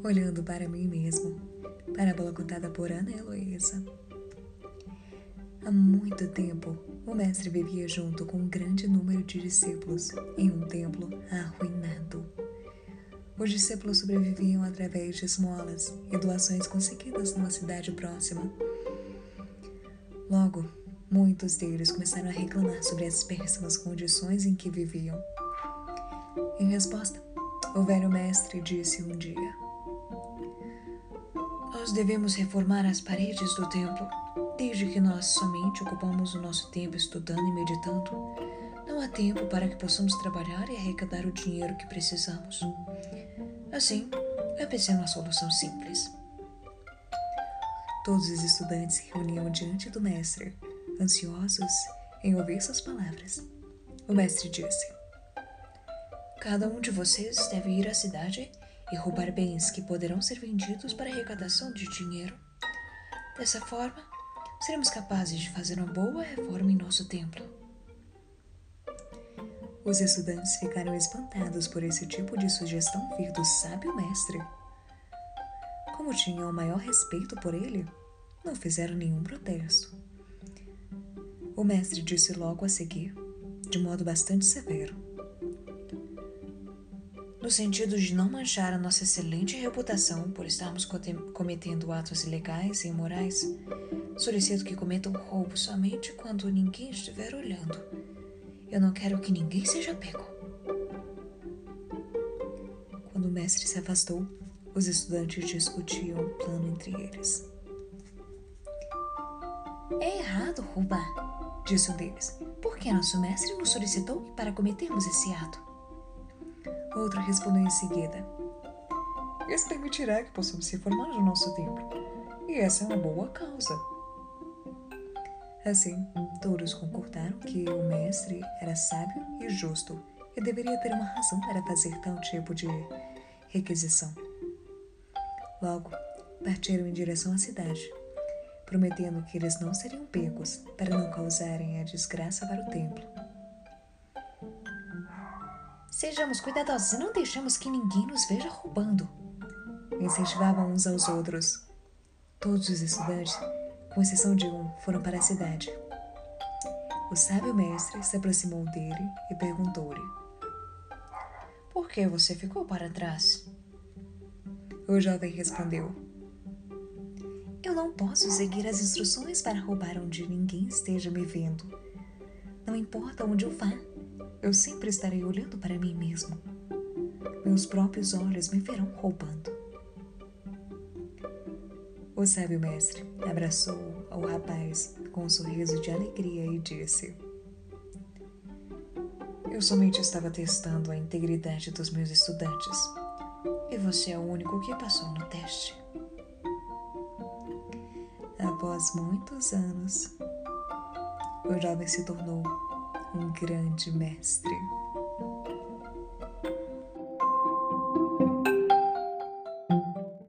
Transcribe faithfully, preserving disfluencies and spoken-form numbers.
olhando para mim mesmo. Parábola contada por Ana Heloísa. Há muito tempo, o mestre vivia junto com um grande número de discípulos em um templo arruinado. Os discípulos sobreviviam através de esmolas e doações conseguidas numa cidade próxima. Logo, muitos deles começaram a reclamar sobre as péssimas condições em que viviam. Em resposta, o velho mestre disse um dia: "Nós devemos reformar as paredes do templo. Desde que nós somente ocupamos o nosso tempo estudando e meditando, não há tempo para que possamos trabalhar e arrecadar o dinheiro que precisamos. Assim, eu pensei numa solução simples." Todos os estudantes se reuniam diante do mestre, ansiosos em ouvir suas palavras. O mestre disse: "Cada um de vocês deve ir à cidade e roubar bens que poderão ser vendidos para arrecadação de dinheiro. Dessa forma, seremos capazes de fazer uma boa reforma em nosso templo." Os estudantes ficaram espantados por esse tipo de sugestão vir do sábio mestre. Como tinham o maior respeito por ele, não fizeram nenhum protesto. O mestre disse logo a seguir, de modo bastante severo: "No sentido de não manchar a nossa excelente reputação por estarmos cometendo atos ilegais e imorais, solicito que cometam roubo somente quando ninguém estiver olhando. Eu não quero que ninguém seja pego." Quando o mestre se afastou, os estudantes discutiam um plano entre eles. "É errado roubar", disse um deles. "Por que nosso mestre nos solicitou para cometermos esse ato?" Outro respondeu em seguida: "Isso permitirá que possamos reformar o nosso templo, e essa é uma boa causa." Assim, todos concordaram que o mestre era sábio e justo e deveria ter uma razão para fazer tal tipo de requisição. Logo, partiram em direção à cidade, prometendo que eles não seriam pegos para não causarem a desgraça para o templo. "Sejamos cuidadosos e não deixemos que ninguém nos veja roubando", incentivavam uns aos outros. Todos os estudantes, com exceção de um, foram para a cidade. O sábio mestre se aproximou dele e perguntou-lhe: "Por que você ficou para trás?" O jovem respondeu: "Eu não posso seguir as instruções para roubar onde ninguém esteja me vendo. Não importa onde eu vá, eu sempre estarei olhando para mim mesmo. Meus próprios olhos me verão roubando." O sábio mestre abraçou o rapaz com um sorriso de alegria e disse: "Eu somente estava testando a integridade dos meus estudantes, e você é o único que passou no teste." Após muitos anos, o jovem se tornou um grande mestre.